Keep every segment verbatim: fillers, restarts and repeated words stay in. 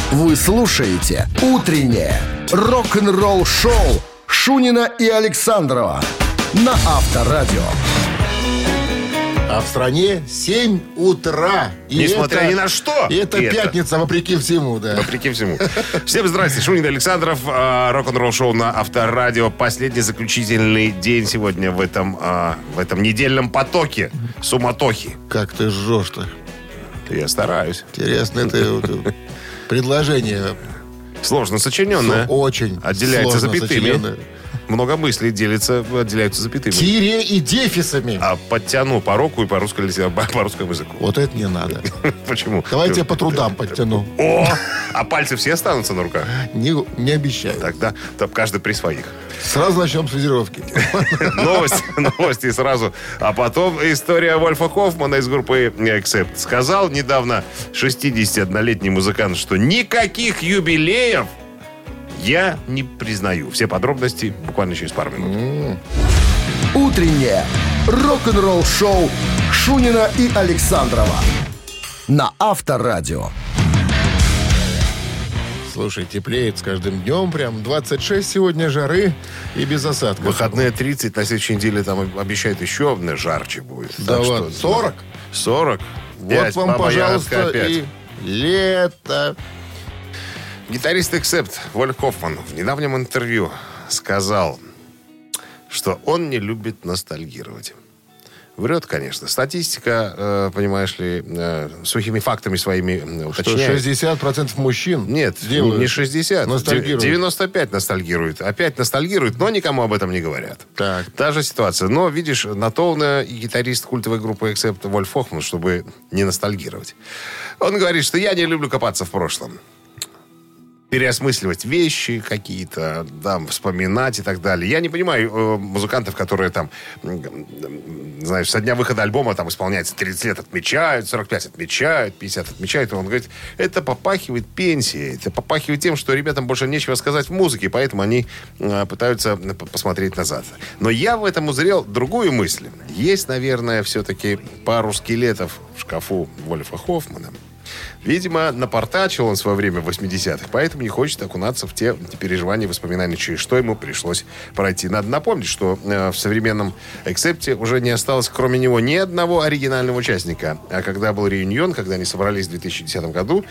Вы слушаете «Утреннее рок-н-ролл-шоу» Шунина и Александрова на Авторадио. А в стране семь утра. И Несмотря это, ни на что. И это И пятница, это. вопреки всему, да. Вопреки всему. Всем здрасте. Шунин Александров. Э, рок-н-ролл-шоу на Авторадио. Последний заключительный день сегодня в этом, э, в этом недельном потоке суматохи. Как ты жжешь-то. Я стараюсь. Интересно, это предложение. Сложно сочиненное. Очень Отделяется сложно запятыми. сочиненное. Много мыслей делится, отделяются запятыми. Тире и дефисами. А подтяну по року и по русской по русскому языку. Вот это не надо. Почему? Давайте я по трудам подтяну. О! А пальцы все останутся на руках? Не, не обещаю. Тогда там каждый при своих. Сразу начнем с фазировки. Новости, новости сразу. А потом история Вольфа Хоффмана из группы Accept. Сказал недавно шестидесятиоднолетний музыкант, что никаких юбилеев я не признаю. Все подробности буквально через пару минут. Mm. Утреннее рок-н-ролл-шоу Шунина и Александрова на Авторадио. Слушай, теплеет с каждым днем. Прям двадцать шесть сегодня жары и без осадков. Выходные тридцать, на следующей неделе там обещают еще жарче будет. Да так ладно, что, сорок? сорок. Вот пять, вам, баба пожалуйста, Ягодка опять. и лето. Гитарист Accept Вольф Хоффман в недавнем интервью сказал, что он не любит ностальгировать. Врет, конечно. Статистика, э, понимаешь ли, э, сухими фактами своими э, уточняет. Что шестьдесят процентов мужчин Нет, делают, не шестьдесят. ностальгируют. девяносто пять ностальгируют. Опять ностальгируют, но никому об этом не говорят. Так. Та же ситуация. Но, видишь, на то он и гитарист культовой группы Accept Вольф Хоффман, чтобы не ностальгировать. Он говорит, что я не люблю копаться в прошлом. Переосмысливать вещи какие-то, да, вспоминать и так далее. Я не понимаю э, музыкантов, которые там, э, знаешь, со дня выхода альбома там исполняется тридцать лет, отмечают, сорок пять отмечают, пятьдесят отмечают. И он говорит, это попахивает пенсией, это попахивает тем, что ребятам больше нечего сказать в музыке, поэтому они э, пытаются посмотреть назад. Но я в этом узрел другую мысль. Есть, наверное, все-таки пару скелетов в шкафу Вольфа Хоффмана. Видимо, напортачил он в свое время в восьмидесятых, поэтому не хочет окунаться в те переживания, воспоминания, через что ему пришлось пройти. Надо напомнить, что э, в современном Accept уже не осталось, кроме него, ни одного оригинального участника. А когда был реюнион, когда они собрались в две тысячи десятом году,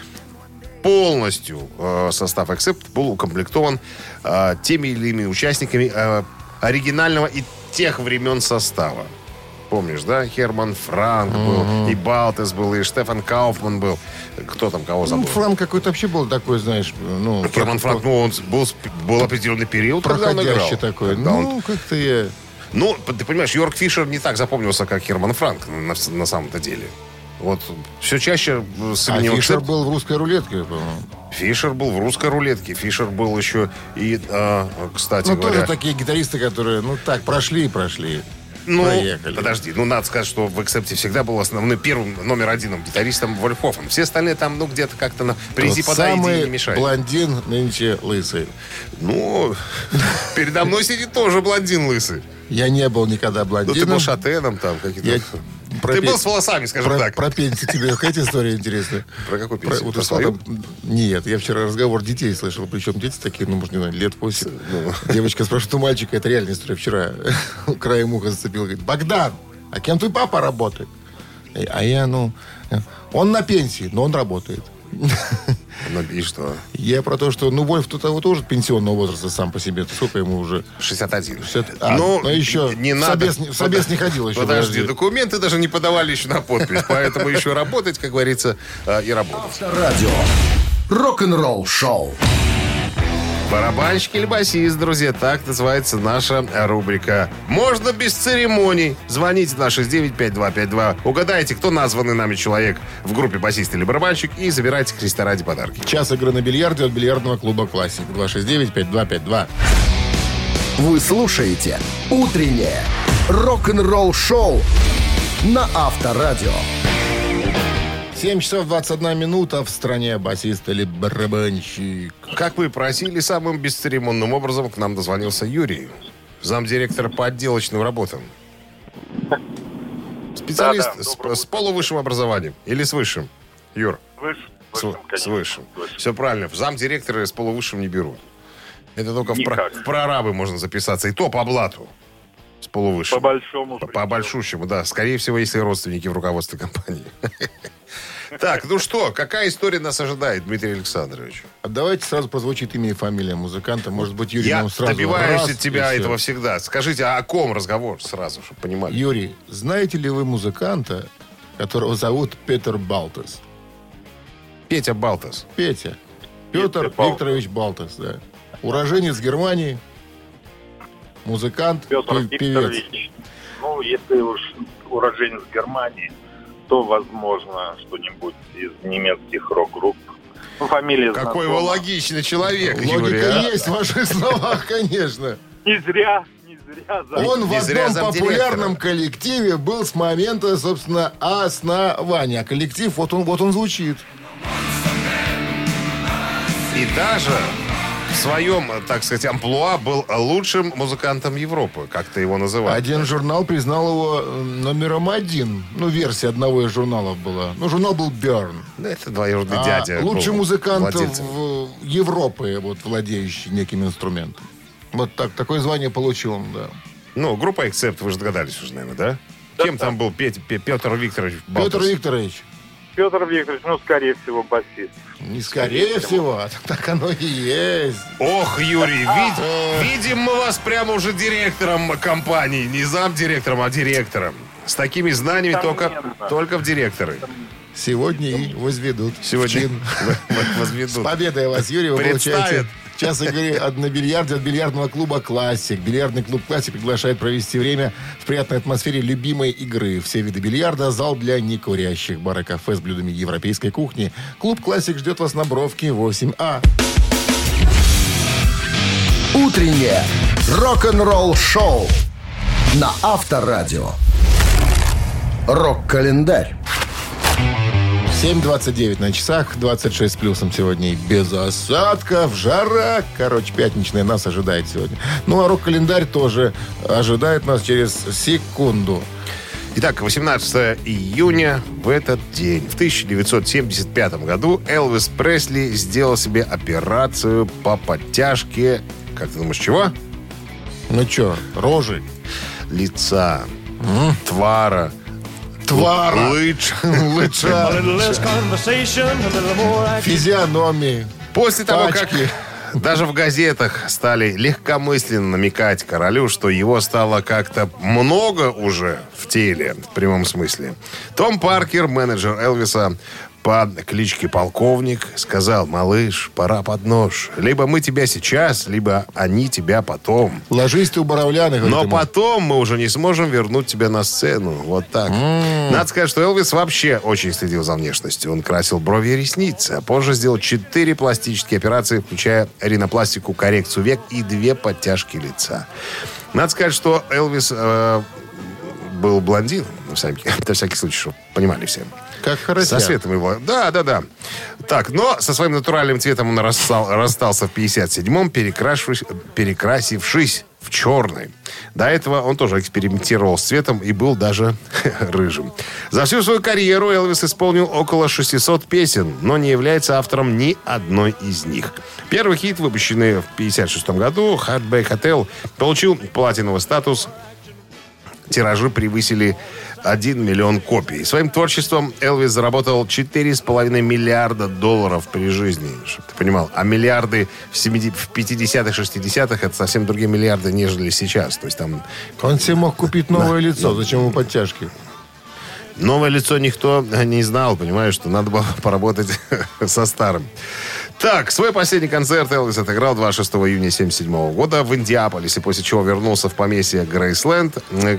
полностью э, состав Accept был укомплектован э, теми или иными участниками э, оригинального и тех времен состава. Помнишь, да? Херман Франк был, mm-hmm. и Балтес был, и Штефан Кауфман был. Кто там, кого забыл? Ну, Франк какой-то вообще был такой, знаешь... Ну, Херман Франк, ну, он был, был определенный период, когда он играл. Проходящий такой. Когда ну, он... как-то я... Ну, ты понимаешь, Йорк Фишер не так запомнился, как Херман Франк на, на самом-то деле. Вот все чаще с именем... А Фишер Accept... был в русской рулетке, по-моему. Фишер был в русской рулетке. Фишер был еще и, э, кстати ну, говоря... тоже такие гитаристы, которые, ну, так, прошли и прошли. Ну, Проехали. Подожди, ну, надо сказать, что в Accept всегда был основным, первым, номер одином гитаристом Вольф Хоффман. Все остальные там, ну, где-то как-то на призи подойди и не мешай. Блондин нынче лысый. Ну, передо мной сидит тоже блондин лысый. Я не был никогда Ну, блондином. ты был шатеном там какие-то. Я про Ты пен- был с волосами, скажем про, так. Про пенсию тебе какая история интересная? Про какую Про, пенсию? вот Про у свою? там- Нет, я вчера разговор детей слышал. Причем дети такие, ну, может, не знаю, лет восемь. Ну. Девочка спрашивает у мальчика, это реальная история. Вчера краем уха зацепила. Говорит, Богдан, а кем твой папа работает? А я, ну... Он на пенсии, но он работает. Ну, и что? Я про то, что, ну, Вольф тут того тоже пенсионного возраста сам по себе. Сколько ему уже? шестьдесят один. шестьдесят А, ну, ну, еще не в надо. собес, в собес не ходил еще. Подожди, подожди. документы даже не подавали еще на подпись. Поэтому еще работать, как говорится, э, и работать. Авторадио. Рок-н-ролл-шоу. Барабанщик или басист, друзья, так называется наша рубрика. Можно без церемоний. Звоните на шесть девять пять два пять два. Угадайте, кто названный нами человек в группе басист или барабанщик, и забирайте Христа ради подарки. Час игры на бильярде от бильярдного клуба «Классик». два шесть девять пять два пять два. Вы слушаете «Утреннее рок-н-ролл-шоу» на Авторадио. семь часов двадцать одна минута. В стране басист или барабанщик. Как вы просили, самым бесцеремонным образом к нам дозвонился Юрий, замдиректора по отделочным работам. Специалист Да, да, с, доброе с полувысшим образованием или с высшим? Юр. Выше. С, конечно, с высшим. с высшим. Все правильно. В замдиректора с полувысшим не берут. Это только в, про, Никак. в прорабы можно записаться. И то по блату. С полувысшим. По большому. По, по большущему, да. Скорее всего, если родственники в руководстве компании. Так, ну что, какая история нас ожидает, Дмитрий Александрович? А давайте сразу прозвучит имя и фамилия музыканта. Может быть, Юрий Я нам сразу добиваюсь раз от тебя и всё. этого всегда. Скажите, а о ком разговор сразу, чтобы понимали? Юрий, знаете ли вы музыканта, которого зовут Петер Балтес? Петя Балтас. Петя. Петр Балтес. Викторович Балтес, да. Уроженец Германии. Музыкант, Петр пе- певец. Викторович. Ну, если уж уроженец Германии, то, возможно, что-нибудь из немецких рок-групп. Ну, фамилия Какой вы знакома. логичный человек, Логика Юрий. а? есть в ваших словах, конечно. Не зря, не зря. за- Он в Не зря одном замдиректора. популярном коллективе был с момента, собственно, основания. А коллектив, вот он, вот он звучит. И даже в своем, так сказать, амплуа был лучшим музыкантом Европы, как ты его называл. Один журнал признал его э, номером один. Ну, версия одного из журналов была. Ну, журнал был Burn. Да, это двоюродный А дядя. лучший был музыкант владельцем. в Европы, вот, владеющий неким инструментом. Вот так, такое звание получил он, да. Ну, группа Accept, вы же догадались уже, наверное, да? Кем там был Петя, Пе- Петр Викторович Балтас? Петр Викторович, Петр Викторович, ну, скорее всего, басист. не скорее всего, а так оно и есть. Ох, Юрий, вид- видим мы вас прямо уже директором компании. Не замдиректором, а директором. С такими знаниями только, Несомненно. только в директоры. Сегодня и возведут. в Сегодня чин. в- возведут. С победой вас, Юрий, вы Представят. получаете час игры на бильярде от бильярдного клуба «Классик». Бильярдный клуб «Классик» приглашает провести время в приятной атмосфере любимой игры. Все виды бильярда, зал для некурящих, бар и кафе с блюдами европейской кухни. Клуб «Классик» ждет вас на Бровке восемь А. Утреннее рок-н-ролл-шоу на Авторадио. Рок-календарь. семь двадцать девять на часах, двадцать шесть с плюсом сегодня и без осадков, жара. Короче, пятничная нас ожидает сегодня. Ну, а рок-календарь тоже ожидает нас через секунду. Итак, восемнадцатого июня в этот день, в тысяча девятьсот семьдесят пятом году, Элвис Пресли сделал себе операцию по подтяжке, как ты думаешь, чего? Ну что, рожи? Лица, твара, Твара. лыж. Лыча. Физиономии. После того, как Пачки. даже в газетах стали легкомысленно намекать королю, что его стало как-то много уже в теле, в прямом смысле, Том Паркер, менеджер Элвиса по кличке Полковник, сказал: «Малыш, пора под нож. Либо мы тебя сейчас, либо они тебя потом. Ложись ты у Боровляны, говорит Но ему. потом мы уже не сможем вернуть тебя на сцену». Вот так. Надо сказать, что Элвис вообще очень следил за внешностью. Он красил брови и ресницы, а позже сделал четыре пластические операции, включая ринопластику, коррекцию век и две подтяжки лица. Надо сказать, что Элвис э, был блондином, на всякий, на всякий случай, чтобы понимали все. Как хорошо. Со светом его. Да, да, да. Так, но со своим натуральным цветом он расстал- расстался в пятьдесят седьмом, перекрашившись, перекрасившись в черный. До этого он тоже экспериментировал с цветом и был даже рыжим. За всю свою карьеру Элвис исполнил около шестисот песен, но не является автором ни одной из них. Первый хит, выпущенный в пятьдесят шестом году, «Heartbreak Hotel», получил платиновый статус. Тиражи превысили один миллион копий. Своим творчеством Элвис заработал четыре с половиной миллиарда долларов при жизни, чтобы ты понимал. А миллиарды в, семидесятых, в пятидесятых, шестидесятых это совсем другие миллиарды, нежели сейчас. То есть там Он себе мог купить новое лицо. Зачем ему подтяжки? новое лицо никто не знал, понимаешь, что надо было поработать со старым. Так, свой последний концерт Элвис отыграл двадцать шестого июня семьдесят седьмого года в Индиаполисе, после чего вернулся в поместье Грейсленд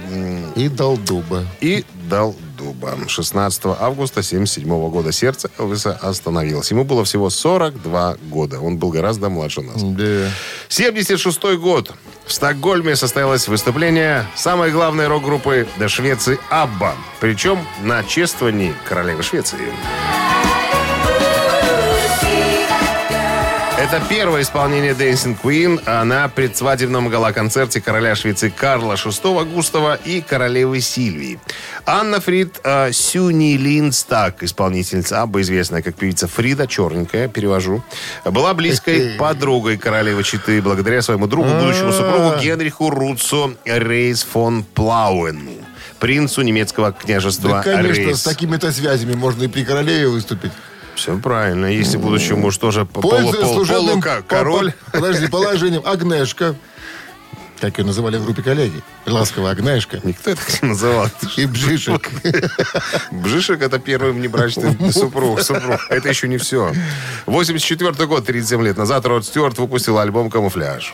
И дал дуба. и дал дуба. шестнадцатого августа семьдесят седьмого года сердце Элвиса остановилось. Ему было всего сорок два года. Он был гораздо младше нас. Да. семьдесят шестой год. В Стокгольме состоялось выступление самой главной рок-группы до Швеции «Абба». Причем на чествовании королевы Швеции. Это первое исполнение Dancing Queen на предсвадебном гала-концерте короля Швеции Карла шестого Густава и королевы Сильвии. Анна Фрид э, Сюни Линдстаг, исполнительница Абба, известная как певица Фрида, черненькая, перевожу, была близкой подругой королевы Читы благодаря своему другу, будущему супругу Генриху Руцу Рейс фон Плауэну, принцу немецкого княжества Да, конечно, Рейс. с такими-то связями можно и при королеве выступить. Все правильно. Если будущий муж тоже Пользуясь полу, служебным полу, король. по- по- Подожди, положением Агнешка, как ее называли в группе коллеги, ласково Агнешка, Никто это так не называл. и Бжишек. Бжишек — это первый внебрачный супруг. супруг. Это еще не все. восемьдесят четвёртый год, тридцать семь лет назад, Род Стюарт выпустил альбом «Камуфляж».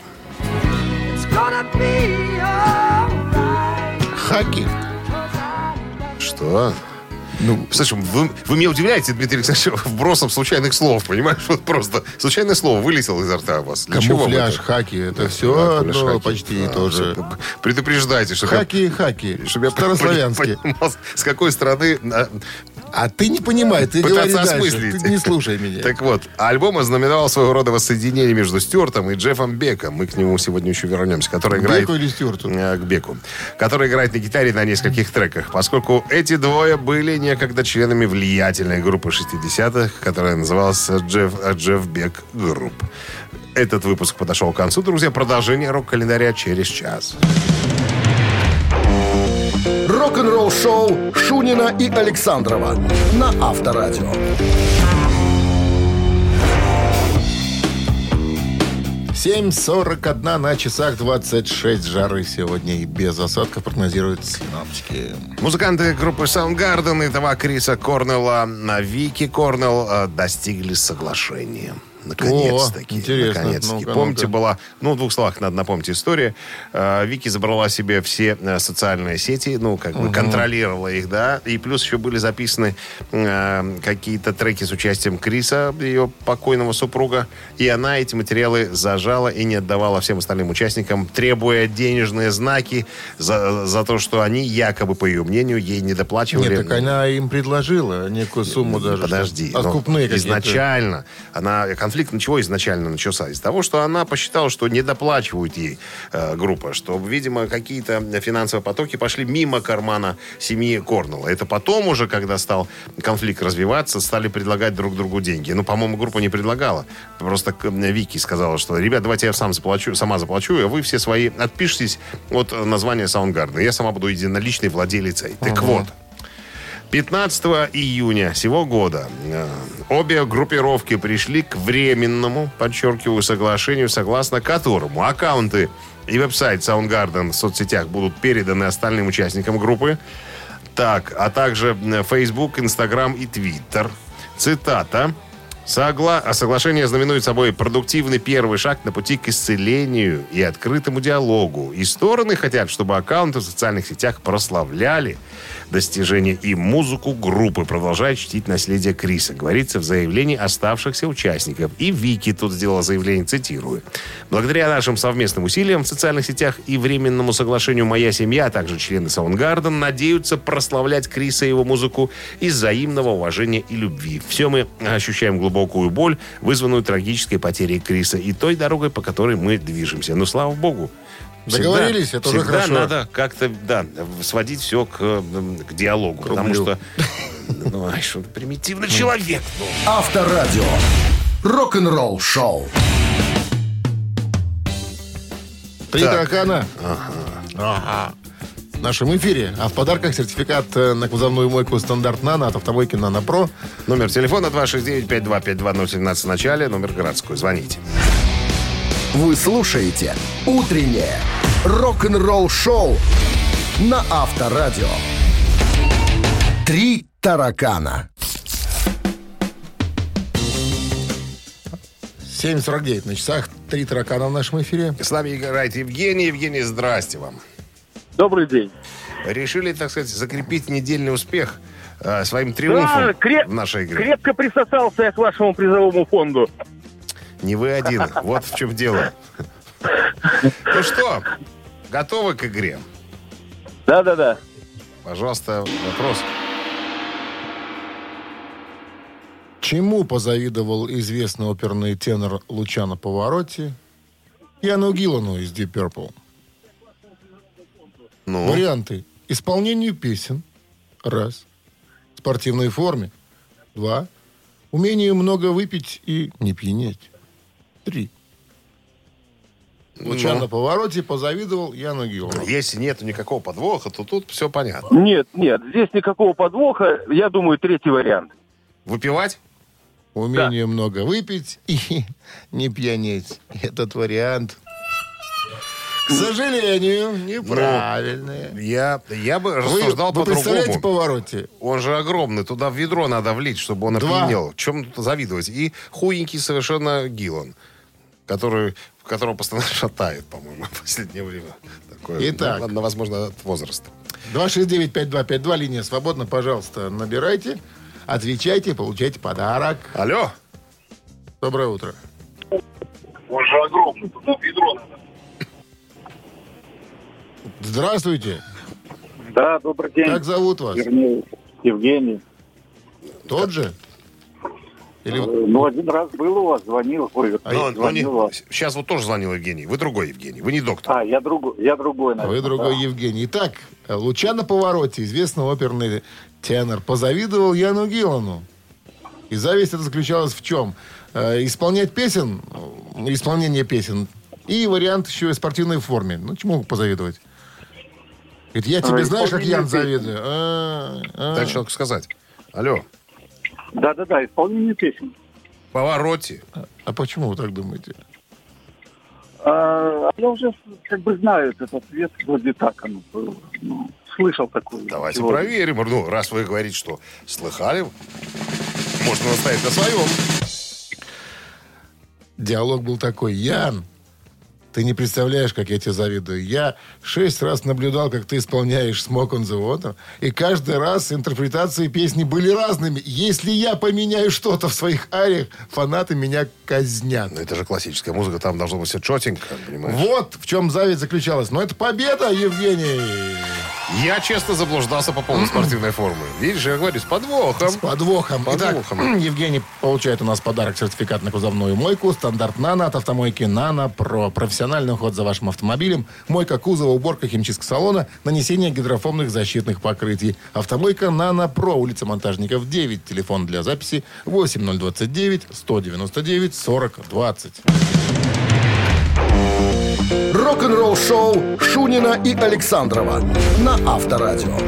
Хаки. Что? Ну, Слушай, вы, вы меня удивляете, Дмитрий Александрович, вбросом случайных слов, понимаешь? Вот просто случайное слово вылетело изо рта у вас. Для чего вы камуфляж, это? хаки, это Да, все камуфляж, одно хаки. почти А, то же. всё, предупреждайте, чтобы я- Хаки и хаки, чтобы я старославянские. понимал, с какой стороны а, А ты не понимаешь, ты говори пытаться дальше, осмыслить. ты не слушай меня. Так вот, альбом ознаменовал своего рода воссоединение между Стюартом и Джеффом Беком. Мы к нему сегодня еще вернемся. Который К играет, Беку или Стюарту? Э, К Беку. Который играет на гитаре на нескольких треках. Поскольку эти двое были некогда членами влиятельной группы шестидесятых, которая называлась Джефф, Джефф Бек Групп. Этот выпуск подошел к концу, друзья. Продолжение рок-календаря через час. Рок-н-ролл-шоу Шунина и Александрова на Авторадио. семь сорок один на часах, двадцать шесть жары сегодня и без осадков прогнозируют синоптики. Музыканты группы Soundgarden и этого Криса Корнелла, Вики Корнелл э, достигли соглашения. Наконец-таки. О, интересно. Наконец-таки. Ну-ка, Помните, ну-ка. была... Ну, в двух словах надо напомнить историю. Э, Вики забрала себе все э, социальные сети, ну, как бы контролировала их, да. И плюс еще были записаны э, какие-то треки с участием Криса, ее покойного супруга. И она эти материалы зажала и не отдавала всем остальным участникам, требуя денежные знаки за, за то, что они якобы, по ее мнению, ей не доплачивали. Нет, так она им предложила некую сумму даже. Подожди. что- но Откупные какие-то. изначально она... Конфликт ничего изначально начался? Из того, что она посчитала, что не доплачивает ей э, группа, что, видимо, какие-то финансовые потоки пошли мимо кармана семьи Корнелла. Это потом уже, когда стал конфликт развиваться, стали предлагать друг другу деньги. Ну, по-моему, группа не предлагала. Просто Вики сказала, что, ребят, давайте я сам заплачу, сама заплачу, а вы все свои отпишитесь от названия Soundgarden. Я сама буду единоличной владелицей. Так вот, пятнадцатого июня сего года э, обе группировки пришли к временному, подчеркиваю, соглашению, согласно которому аккаунты и веб-сайт Soundgarden в соцсетях будут переданы остальным участникам группы. Так, а также э, Facebook, Instagram и Twitter. Цитата. Согла... а Соглашение знаменует собой продуктивный первый шаг на пути к исцелению и открытому диалогу. И стороны хотят, чтобы аккаунты в социальных сетях прославляли достижения и музыку группы, продолжая чтить наследие Криса, говорится в заявлении оставшихся участников. И Вики тут сделала заявление, цитирую. Благодаря нашим совместным усилиям в социальных сетях и временному соглашению «Моя семья», а также члены Soundgarden надеются прославлять Криса и его музыку из взаимного уважения и любви. Все мы ощущаем глубокую боль, вызванную трагической потерей Криса и той дорогой, по которой мы движемся. Но слава богу, Договорились, это уже всегда хорошо. надо как-то, да, сводить все к, к диалогу. К потому рублю. что, ну, ай, что ты примитивный человек. ну. Авторадио. Рок-н-ролл-шоу. Три Так. таракана. Ага. В нашем эфире. А в подарках сертификат э, на кузовную мойку «Стандарт Нано» от автомойки «Нано Про». Номер телефона два шесть девять пять два пять два ноль семнадцать в начале, номер городской. Звоните. Вы слушаете «Утреннее рок-н-ролл-шоу» на Авторадио. Три таракана. семь сорок девять на часах. Три таракана в нашем эфире. С нами играет Евгений. Евгений, здрасте вам. Добрый день. Решили, так сказать, закрепить недельный успех э, своим триумфом Да, креп- в нашей игре. Крепко присосался я к вашему призовому фонду. Не вы один. Вот в чем дело. Ну что, готовы к игре? Да-да-да. Пожалуйста, вопрос. Чему позавидовал известный оперный тенор Лучано Паваротти Яну Гиллану из Deep Purple? Ну? Варианты. Исполнению песен. Раз. Спортивной форме. Два. Умению много выпить и не пьянеть. Три. Лучано Ну. Паваротти позавидовал Яну Гиллану. Если нет никакого подвоха, то тут все понятно. Нет, нет, здесь никакого подвоха. Я думаю, третий вариант. Выпивать? Умению много выпить и не пьянеть. Этот вариант, к сожалению, неправильный. Я, я бы Вы, рассуждал вы представляете по-другому. Паваротти? Он же огромный, туда в ведро надо влить, чтобы он Два. опьянел. Чем тут завидовать? И хуенький совершенно Гиллан, который, которого постоянно шатает, по-моему, в последнее время. Такое, Итак. ну, ладно, возможно, от возраста. два шесть девять пять два пять два, линия свободна, пожалуйста, набирайте, отвечайте, получайте подарок. Алло? Доброе утро. Он же огромный, туда в ведро надо. Здравствуйте. Да, добрый день. Как зовут вас? Вернее, Евгений. Тот же? Или... Ну, один раз был у вас, звонил. Ой, А Но, я- но не- звонил вас. сейчас вот тоже звонил Евгений. Вы другой Евгений, вы не доктор. А, я другой, я другой, наверное. Вы другой да. Евгений. Итак, Лучано Паваротти, известный оперный тенор, позавидовал Яну Гиллану. И зависть это заключалась в чем? Э, исполнять песен, э, исполнение песен, и вариант еще и в спортивной форме. Ну, чему позавидовать? Говорит, я тебе А, знаешь, как исполнение Ян песен. завидую? А, а. Дай человеку сказать. Алло. Да-да-да, исполнение песен. Паваротти. А почему вы так думаете? А, я уже как бы знаю этот ответ, вроде так оно было. Ну, слышал такое. Давайте сегодня. проверим. Ну, раз вы говорите, что слыхали, можно настоять на своем. Диалог был такой: Ян, ты не представляешь, как я тебе завидую. Я шесть раз наблюдал, как ты исполняешь «Smoke on the Water», и каждый раз интерпретации песни были разными. Если я поменяю что-то в своих ариях, фанаты меня казнят. Ну, это же классическая музыка, там должно быть все четенько, понимаешь? Вот в чем зависть заключалась. Но это победа, Евгений. Я честно заблуждался по поводу спортивной формы. Видишь, я говорю, с подвохом. С подвохом. Подвохом. Итак, Евгений получает у нас подарок, сертификат на кузовную мойку. Стандарт «Нано» от автомойки «Нано Про». Профессиональный уход за вашим автомобилем. Мойка кузова, уборка, химчистка салона, нанесение гидрофобных защитных покрытий. Автомойка «Нано Про». Улица Монтажников, девять. Телефон для записи восемь ноль двадцать девять сто девяносто девять сорок двадцать. Рок-н-ролл-шоу Шунина и Александрова на Авторадио.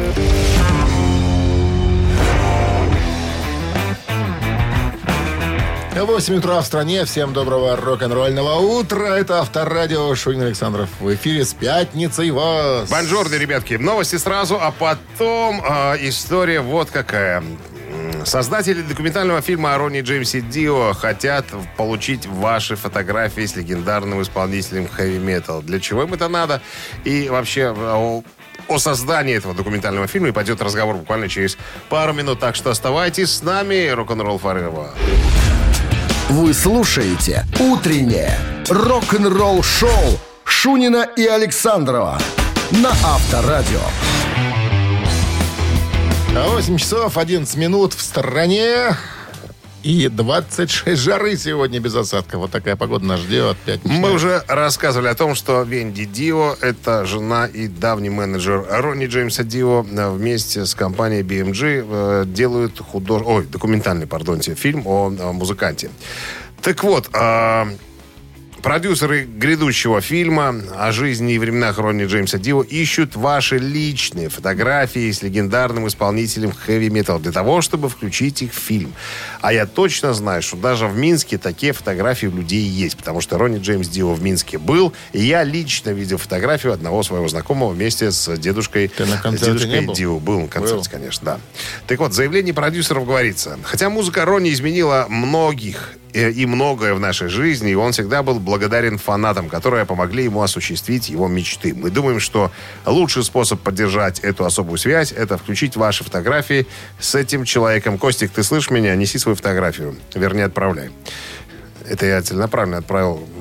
восемь утра в стране. Всем доброго рок-н-ролльного утра. Это Авторадио. Шунин Александров в эфире с пятницей вас. Бонжорно, ребятки. Новости сразу, а потом э, история вот какая. Создатели документального фильма о Ронни Джеймсе Дио хотят получить ваши фотографии с легендарным исполнителем хэви-метал. Для чего им это надо? И вообще о, о создании этого документального фильма и пойдет разговор буквально через пару минут. Так что оставайтесь с нами. Рок-н-ролл forever. Вы слушаете «Утреннее рок-н-ролл-шоу» Шунина и Александрова на Авторадио. восемь часов одиннадцать минут в стране. И двадцать шесть жары сегодня без осадков. Вот такая погода нас ждет. Пятничная. Мы уже рассказывали о том, что Венди Дио — это жена и давний менеджер Ронни Джеймса Дио. Вместе с компанией би эм джи э, делают худож... Ой, документальный, пардонте, фильм о, о музыканте. Так вот, э, продюсеры грядущего фильма о жизни и временах Ронни Джеймса Дио ищут ваши личные фотографии с легендарным исполнителем хэви-метал для того, чтобы включить их в фильм. А я точно знаю, что даже в Минске такие фотографии у людей есть, потому что Ронни Джеймс Дио в Минске был, и я лично видел фотографию одного своего знакомого вместе с дедушкой, Ты на с концерте дедушкой не был? Дио. Был на концерте, Был. конечно, да. Так вот, в заявлении продюсеров говорится: хотя музыка Ронни изменила многих и многое в нашей жизни, и он всегда был благодарен фанатам, которые помогли ему осуществить его мечты. Мы думаем, что лучший способ поддержать эту особую связь — это включить ваши фотографии с этим человеком. Костик, ты слышишь меня? Неси свою фотографию. Вернее, отправляй. Это я целенаправленно отправил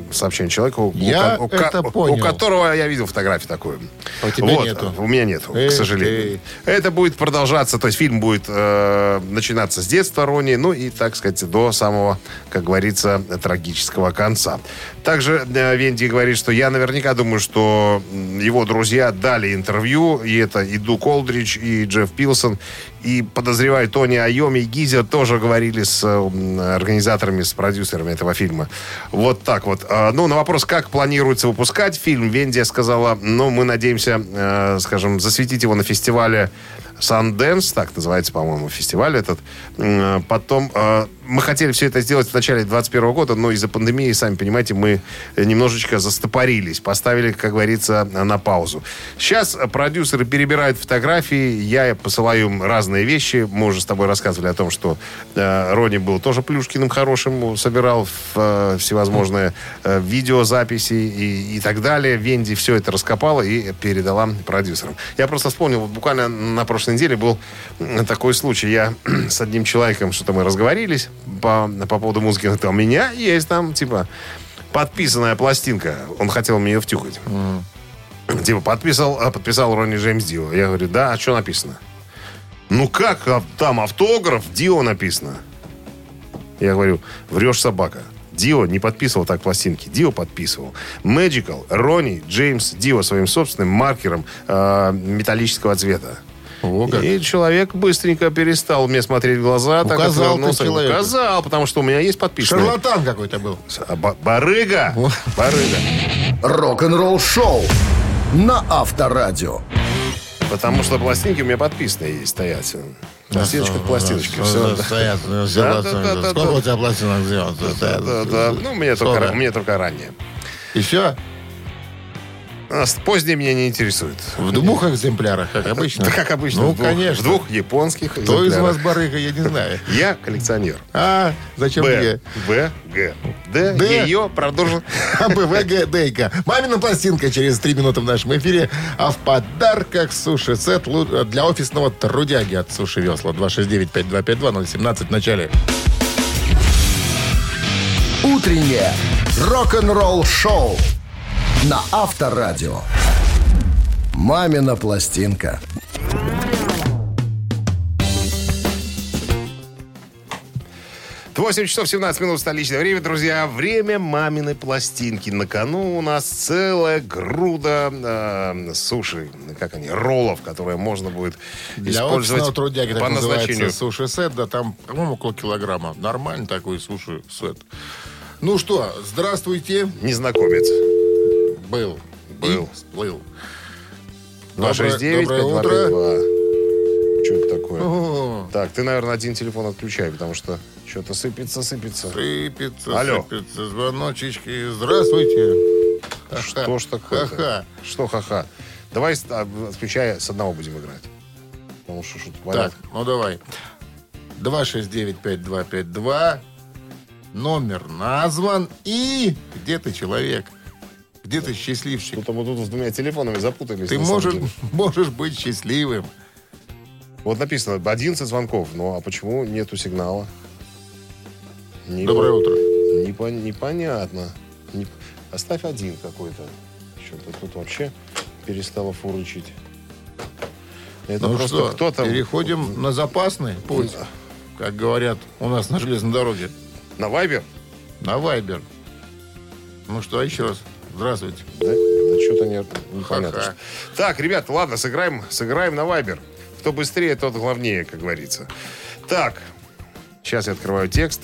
сообщение человека, у, Я у, у, это у, понял. у которого я видел фотографию такую. А у тебя вот, нету? У меня нету, Эх к сожалению. ты. Это будет продолжаться, то есть фильм будет э, начинаться с детства Рони, ну и, так сказать, до самого, как говорится, трагического конца. Также э, Венди говорит, что я наверняка думаю, что его друзья дали интервью, и это и Дук Олдридж, и Джефф Пилсон, и, подозреваю, Тони Айоми и Гизер тоже говорили с э, организаторами, с продюсерами этого фильма. Вот так вот. Э, ну, на вопрос, как планируется выпускать фильм, Венди сказала, ну, мы надеемся, э, скажем, засветить его на фестивале Sundance, так называется, по-моему, фестиваль этот. Э, потом э, мы хотели все это сделать в начале двадцать первого года, но из-за пандемии, сами понимаете, мы немножечко застопорились, поставили, как говорится, на паузу. Сейчас продюсеры перебирают фотографии, я посылаю им разные вещи. Мы уже с тобой рассказывали о том, что э, Рони был тоже Плюшкиным хорошим, собирал в, э, всевозможные э, видеозаписи и, и так далее. Венди все это раскопала и передала продюсерам. Я просто вспомнил, вот буквально на прошлой неделе был такой случай. Я с одним человеком, что-то мы разговорились по, по поводу музыки. Он говорит, у меня есть там, типа, подписанная пластинка. Он хотел мне ее втюхать. Mm. Типа, подписал, подписал Ронни Джеймс Дио. Я говорю, да, а что написано? Ну как, там автограф, Дио написано. Я говорю, врешь, собака. Дио не подписывал так пластинки. Дио подписывал. Magical, Ронни Джеймс Дио своим собственным маркером э, металлического цвета. О, как. И человек быстренько перестал мне смотреть в глаза. Указал так отвернулся. ты человеку. Указал, потому что у меня есть подписанный. Шарлатан какой-то был. Ба- Барыга. Барыга. Рок-н-ролл шоу на Авторадио. Потому что пластинки у меня подписанные есть, стоят. Пластиночка к пластиночке. Все. Стоят. Да, да, да, да, Сколько да. у тебя пластинок сделано? Да, да, да. Ну, у меня Сколько? только, у меня только ранее. И все? А позднее меня не интересует. В двух экземплярах, как обычно? Да, как обычно. Ну, в двух, конечно. В двух японских Кто из экземплярах. вас барыга, я не знаю. Я коллекционер. А, зачем Б. мне? Б. Г. Д. Д. Ее продолжим. А, Б, В, Г, Дейка. Мамина пластинка через три минуты в нашем эфире. А в подарках суши-сет для офисного трудяги от Суши Весла. два шесть девять пять два пять два ноль семнадцать в начале. Утреннее рок-н-ролл шоу на Авторадио. Мамина пластинка. восемь часов семнадцать минут столичное время, друзья. Время маминой пластинки. На кону у нас целая груда э, суши, как они, роллов, которые можно будет Для использовать офисного трудяги, так по назначению. называется, суши-сет. Да, там, по-моему, около килограмма. Нормальный такой суши-сет. Ну что, здравствуйте. Незнакомец. Был. Был. И сплыл. два шесть девять Доброе пять два утро. пять два. Что это такое? О, Так, ты, наверное, один телефон отключай, потому что что-то сыпется, сыпется. сыпется, Алло. сыпется, звоночечки. Здравствуйте. Что ж такое? Ха-ха. Что ха-ха? Давай с- а, отключай, с одного будем играть. Потому что что-то Так, понятно. ну давай. два шесть девять пять два пять два. Номер назван. И где ты, человек? Где ты счастливчик? Что-то мы тут с двумя телефонами запутались. Ты на самом можешь, деле. можешь быть счастливым. Вот написано одиннадцать звонков. Ну, а почему нету сигнала? Не Доброе по- утро. непо- непонятно. Не- Оставь один какой-то. Что-то тут вообще перестало фурычить. Это Ну просто что, кто-то... переходим на запасный путь, как говорят у нас на железной дороге. На Вайбер? На Вайбер. Ну что, еще раз. Здравствуйте. Да, да что-то не, непонятно. Ха-ха. Так, ребят, ладно, сыграем, сыграем на Вайбер. Кто быстрее, тот главнее, как говорится. Так, сейчас я открываю текст.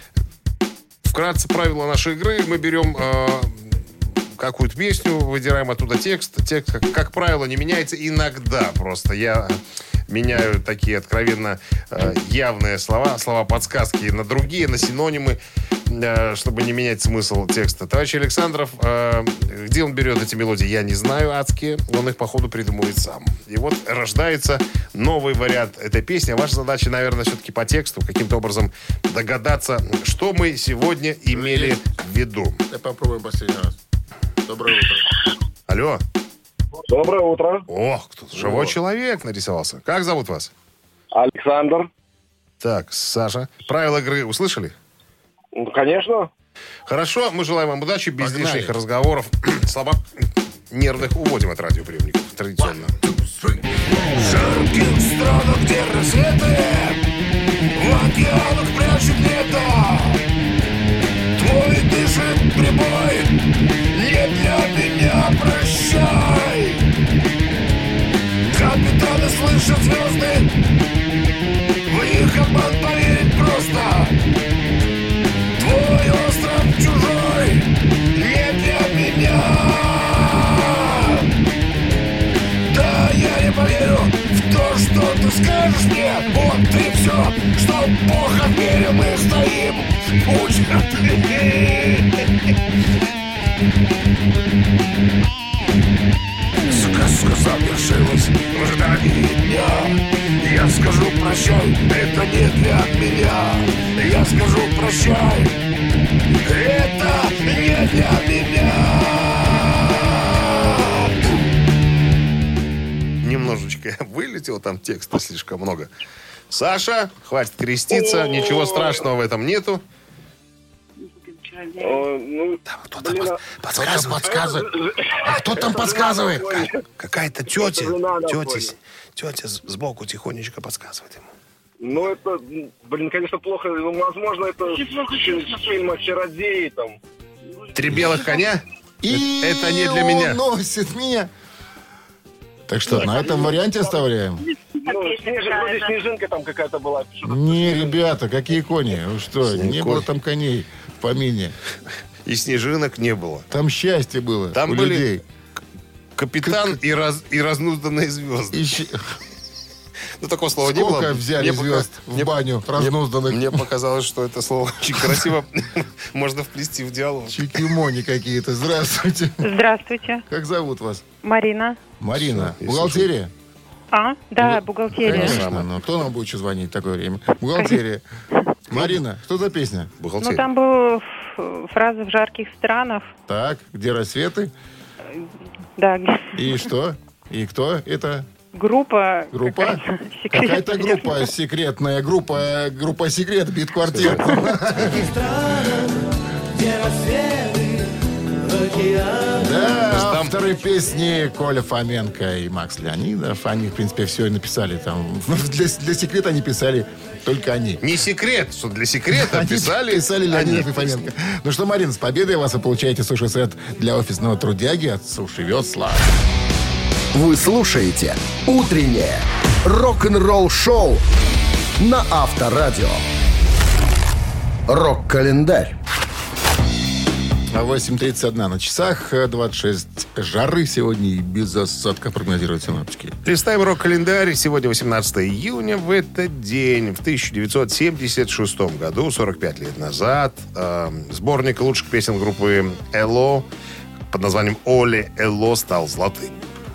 Вкратце правила нашей игры. Мы берем э, какую-то песню, выдираем оттуда текст. Текст, как, как правило, не меняется иногда. Просто я меняю такие откровенно э, явные слова, слова-подсказки на другие, на синонимы, э, чтобы не менять смысл текста. Товарищ Александров, э, где он берет эти мелодии, я не знаю, адские. Он их, походу, придумывает сам. И вот рождается новый вариант этой песни. А ваша задача, наверное, все-таки по тексту каким-то образом догадаться, что мы сегодня имели в виду. Давай попробуем последний раз. Доброе утро. Алло. Доброе утро. Ох, тут живой человек нарисовался. Как зовут вас? Александр. Так, Саша. Правила игры услышали? Ну, конечно. Хорошо, мы желаем вам удачи, без Погнали. лишних разговоров. Слабо нервных уводим от радиоприемников традиционно. В жарких странах, где рассветы в океанах прячут лето. Твой дышит прибой, не для меня, прощай. Капитаны слышат звезды, в их обман поверить просто. Твой остров чужой, не для меня. Да, я не поверю в то, что ты скажешь мне. Вот и все, что Бог в мире мы стоим. Учат. Сказка завершилась в ожидании дня. Я скажу прощай, это не для меня. Я скажу прощай, это не для меня. Немножечко вылетело, там текста слишком много. Саша, хватит креститься, ничего страшного в этом нету. Кто там подсказывает? А кто там подсказывает? Какая-то тетя, тетя, с- тетя с- сбоку тихонечко подсказывает ему. Ну, это, блин, конечно, плохо. Ну, возможно, это с фильма «Чародеи» там. Три белых коня? И Это не для меня. уносит меня. Так что, на этом варианте оставляем? Ну, снеж- вроде снежинка там какая-то была. Что-то- Не, ребята, какие кони? Вы что, не Конь. было там коней в помине. И снежинок не было. Там счастье было Там у были людей. Капитан и, раз, и разнузданные звезды. И щ- Ну, такого слова не было. Сколько взяли Мне пока- звезд в мне- баню мне- разнузданных? Мне показалось, что это слово очень красиво можно вплести в диалог. Чикимони какие-то. Здравствуйте. Здравствуйте, Как зовут вас? Марина. Марина. Всё, Бухгалтерия? А, да, бухгалтерия. Конечно. Но кто нам будет еще звонить в такое время? Бухгалтерия. Марина, что за песня? Ну, Бухгалтерия. там была ф- фраза «в жарких странах». Так, где рассветы? Да, г- И что? И кто это? группа. Группа? какая-то секретная. Какая-то группа секретная. Группа, группа секрет, бит-квартет. Да, авторы песни Коля Фоменко и Макс Леонидов. Они, в принципе, все и написали там. Для, для секрета они писали только они. Не секрет, что для секрета Они писали... писали Леонидов и они Фоменко. Ну что, Марин, с победой вас, вы получаете суши-сет для офисного трудяги от Суши Весла. Вы слушаете «Утреннее рок-н-ролл-шоу» на Авторадио. Рок-календарь. восемь тридцать один на часах, двадцать шесть жары сегодня и без осадка прогнозируют синоптики. Листаем рок-календарь. Сегодня восемнадцатое июня. В этот день, в тысяча девятьсот семьдесят шестом году, сорок пять лет назад, э, сборник лучших песен группы «Эло» под названием «Оле Эло» стал золотым.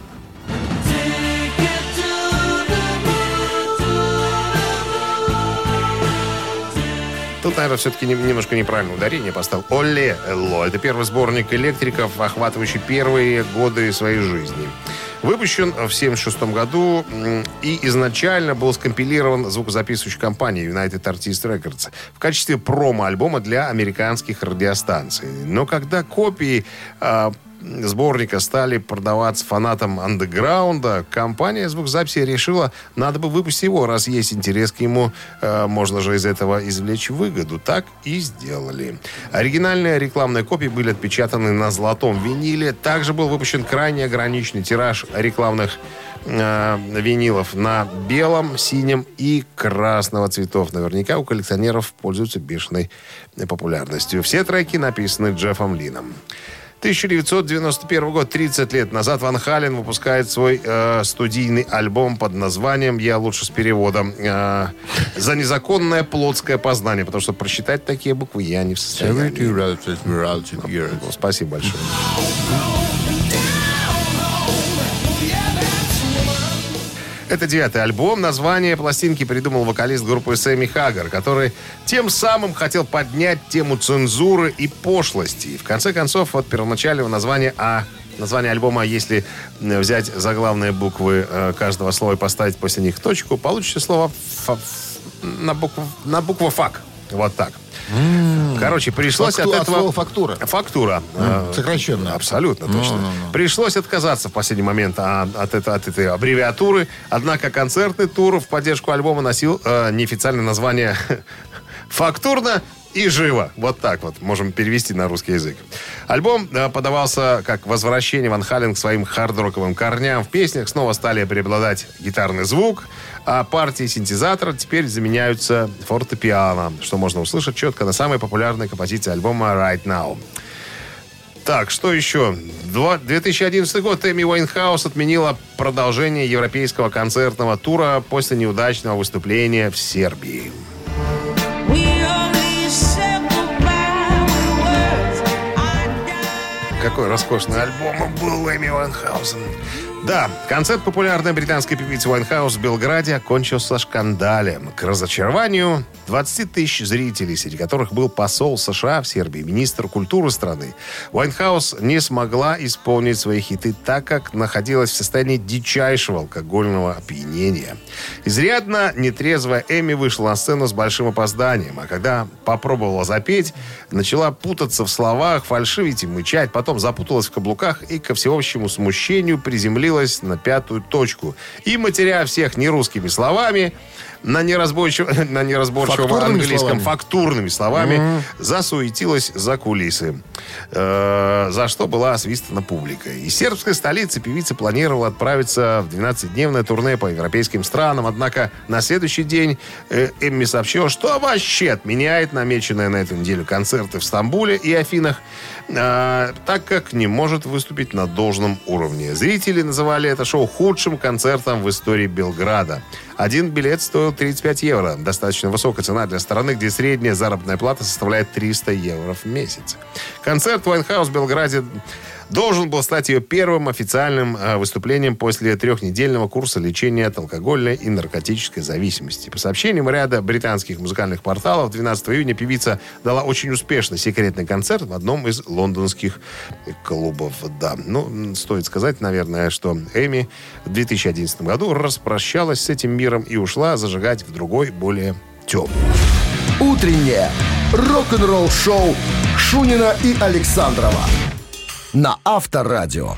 Тут, наверное, все-таки немножко неправильное ударение поставил. «Оле Эло» — это первый сборник электриков, охватывающий первые годы своей жизни. Выпущен в семьдесят шестом году м, и изначально был скомпилирован звукозаписывающей компанией United Artists Records в качестве промо-альбома для американских радиостанций. Но когда копии а, сборника стали продаваться фанатам андеграунда, компания звукозаписи решила, надо бы выпустить его, раз есть интерес к нему, э, можно же из этого извлечь выгоду. Так и сделали. Оригинальные рекламные копии были отпечатаны на золотом виниле. Также был выпущен крайне ограниченный тираж рекламных э, винилов на белом, синем и красного цветов. Наверняка у коллекционеров пользуются бешеной популярностью. Все треки написаны Джеффом Лином. тысяча девятьсот девяносто первый год, тридцать лет назад, Ван Хален выпускает свой э, студийный альбом под названием, я лучше с переводом, э, «За незаконное плотское познание», потому что прочитать такие буквы я не в состоянии. Ну, спасибо большое. Это девятый альбом. Название пластинки придумал вокалист группы Сэмми Хаггар, который тем самым хотел поднять тему цензуры и пошлости. И в конце концов, от первоначального названия «А», название альбома, если взять заглавные буквы каждого слова и поставить после них точку, получится слово фа- на букву, на букву «фак». Вот так. Короче, пришлось Факту- от от этого... слова фактура. Фактура. М, сокращенно. Абсолютно точно. Ну, ну, ну. Пришлось отказаться в последний момент от, от, этой- от этой аббревиатуры. Однако концертный тур в поддержку альбома носил э, неофициальное название «Фактурно и живо». Вот так вот можем перевести на русский язык. Альбом э, подавался как возвращение Ван Хален к своим хард-роковым корням. В песнях снова стали преобладать гитарный звук, а партии синтезатора теперь заменяются фортепиано, что можно услышать четко на самой популярной композиции альбома «Right Now». Так, что еще? Два- две тысячи одиннадцатый год Эми Уайнхаус отменила продолжение европейского концертного тура после неудачного выступления в Сербии. Какой роскошный альбом был у Эми Уайнхаус. Да, концерт популярной британской певицы Уайнхаус в Белграде окончился шкандалем. К разочарованию двадцать тысяч зрителей, среди которых был посол США в Сербии, министр культуры страны. Уайнхаус не смогла исполнить свои хиты, так как находилась в состоянии дичайшего алкогольного опьянения. Изрядно нетрезвая Эми вышла на сцену с большим опозданием, а когда попробовала запеть, начала путаться в словах, фальшивить и мычать, потом запуталась в каблуках и, ко всеобщему смущению, приземлилась на пятую точку. И, матеря всех нерусскими словами, на, неразборчив... на неразборчивом Фактурными английском словами? фактурными словами mm-hmm. засуетилась за кулисы, э, за что была освистана публикой. Из сербской столицы певица планировала отправиться в двенадцатидневное турне по европейским странам, однако на следующий день э, Эмми сообщила, что вообще отменяет намеченные на эту неделю концерты в Стамбуле и Афинах, э, так как не может выступить на должном уровне. Зрители называли это шоу худшим концертом в истории Белграда. Один билет стоил тридцать пять евро. Достаточно высокая цена для страны, где средняя заработная плата составляет триста евро в месяц. Концерт Уайнхаус в Белграде должен был стать ее первым официальным э, выступлением после трехнедельного курса лечения от алкогольной и наркотической зависимости. По сообщениям ряда британских музыкальных порталов, двенадцатого июня певица дала очень успешный секретный концерт в одном из лондонских клубов. Да, ну, стоит сказать, наверное, что Эми в две тысячи одиннадцатом году распрощалась с этим миром и ушла зажигать в другой, более темный. Утреннее рок-н-ролл-шоу Шунина и Александрова на Авторадио.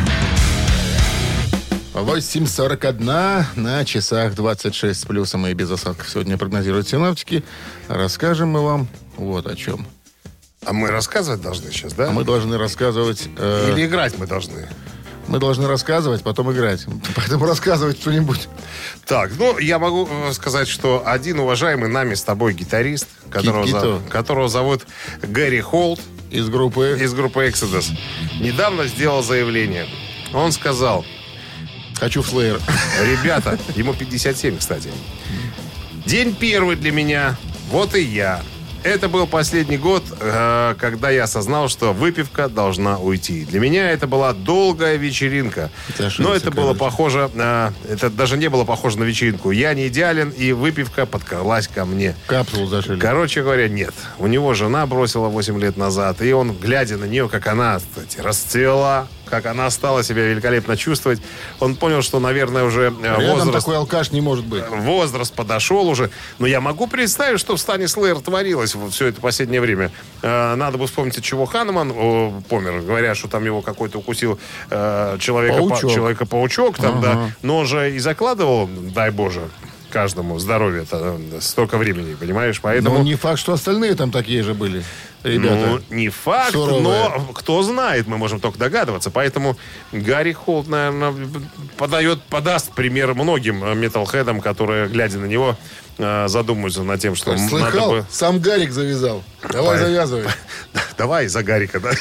восемь сорок один на часах, двадцать шесть с плюсом и без осадков. Сегодня прогнозируют синоптики. Расскажем мы вам вот о чем. А мы рассказывать должны сейчас, да? А мы должны рассказывать... э, Или играть мы должны? Мы должны рассказывать, потом играть. Поэтому рассказывать что-нибудь. Так, ну, я могу э, сказать, что один уважаемый нами с тобой гитарист, которого, Кит-Кито. зов- которого зовут Гэри Холт, Из группы... из группы Exodus, недавно сделал заявление. Он сказал: Хочу в Slayer. ребята, ему пятьдесят семь, кстати. День первый для меня, вот и я. Это был последний год, э, когда я осознал, что выпивка должна уйти. Для меня это была долгая вечеринка. Ты ошибся, Но это было короче. похоже... э, это даже не было похоже на вечеринку. Я не идеален, и выпивка подкралась ко мне. Капсулу зашили. Короче говоря, нет. У него жена бросила восемь лет назад, и он, глядя на нее, как она, кстати, расцвела, как она стала себя великолепно чувствовать, он понял, что, наверное, уже э, Рядом возраст... такой алкаш не может быть. Возраст подошел уже. Но я могу представить, что в стане Slayer творилось вот все это последнее время. Э, надо бы вспомнить, от чего Ханеман о, помер. Говорят, что там его какой-то укусил э, человека, Паучок. па- человека-паучок. Там, Ага. да. Но он же и закладывал, дай Боже, каждому здоровье столько времени, понимаешь? Поэтому... Но не факт, что остальные там такие же были. Ребята. Ну, не факт, суровые. но кто знает, мы можем только догадываться. Поэтому Гарри Холт, наверное, подает, подаст пример многим э, металлхедам, которые, глядя на него, э, задумаются над тем, что м, надо Слыхал? бы... Сам Гарик завязал. Давай Давай. завязывай. Давай за Гарика, да?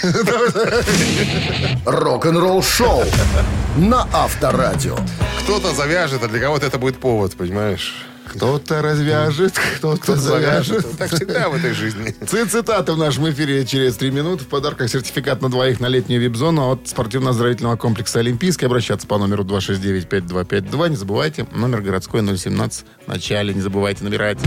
Рок-н-ролл-шоу на Авторадио. Кто-то завяжет, а для кого-то это будет повод, понимаешь? Кто-то развяжет, кто-то Кто-то завяжет. завяжет. Так всегда в этой жизни. Цитаты в нашем эфире через три минуты. В подарках сертификат на двоих на летнюю вип-зону от спортивно-оздоровительного комплекса «Олимпийский». Обращаться по номеру два шесть девять пять два пять два. Не забывайте, номер городской ноль семнадцать в начале. Не забывайте набирать.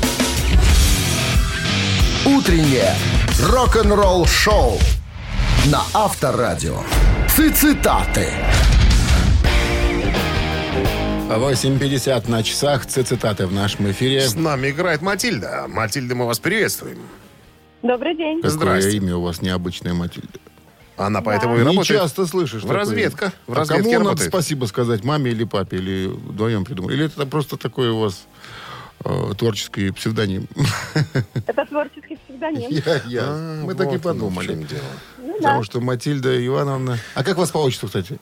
Утреннее рок-н-ролл-шоу на Авторадио. Цитаты. восемь пятьдесят на часах. Цитаты в нашем эфире. С нами играет Матильда. Матильда, мы вас приветствуем. Добрый день. Какое Здрасте. имя у вас необычное, Матильда? Она поэтому и Не работает. часто слышишь. В такое. разведка. В А разведке кому надо работает. спасибо сказать? Маме или папе? Или вдвоем придумали? Или это просто такой у вас э, творческий псевдоним? Это творческий псевдоним. Я, я. А, Мы так и вот оно в подумали. чем дело. Потому что Матильда Ивановна... А как вас по отчеству, кстати?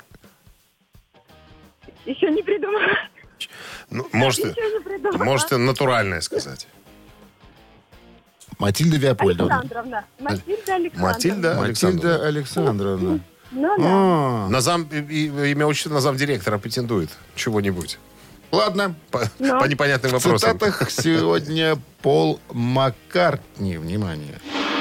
Еще не придумала. Ну, можете, Еще не придумала. можете натуральное сказать. Матильда Виапольдовна. Александровна. Матильда Александровна. Матильда Александровна. Матильда Александровна. Ну да. А, На зам, и- и- имя отчество на замдиректора претендует. Чего-нибудь. Ладно. По, Ну. по непонятным В вопросам. цитатах сегодня Пол Маккартни. Внимание.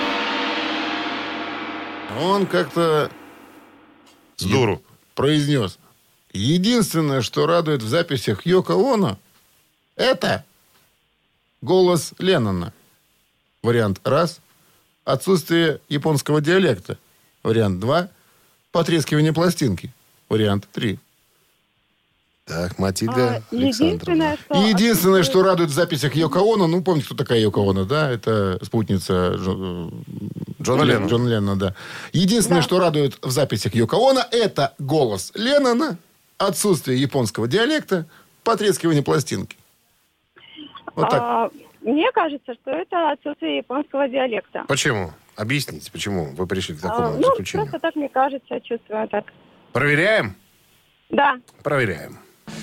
Он как-то С дуру. произнес: единственное, что радует в записях Йоко Оно, это голос Леннона. Вариант раз. Отсутствие японского диалекта. Вариант два. Потрескивание пластинки. Вариант три. Так, Матильда А, Александровна. единственное, что... И единственное, что радует в записях Йоко Оно, ну, помните, кто такая Йоко Оно, да? Это спутница Джо- Джона Леннона. Джона Леннона, да. Единственное, что радует в записях Йоко Оно, это голос Леннона, отсутствие японского диалекта, потрескивание пластинки. Вот так. А, мне кажется, что это отсутствие японского диалекта. Почему? Объясните, почему вы пришли к А, такому ну, заключению. просто так мне кажется, чувствую так. Проверяем? Да. Проверяем.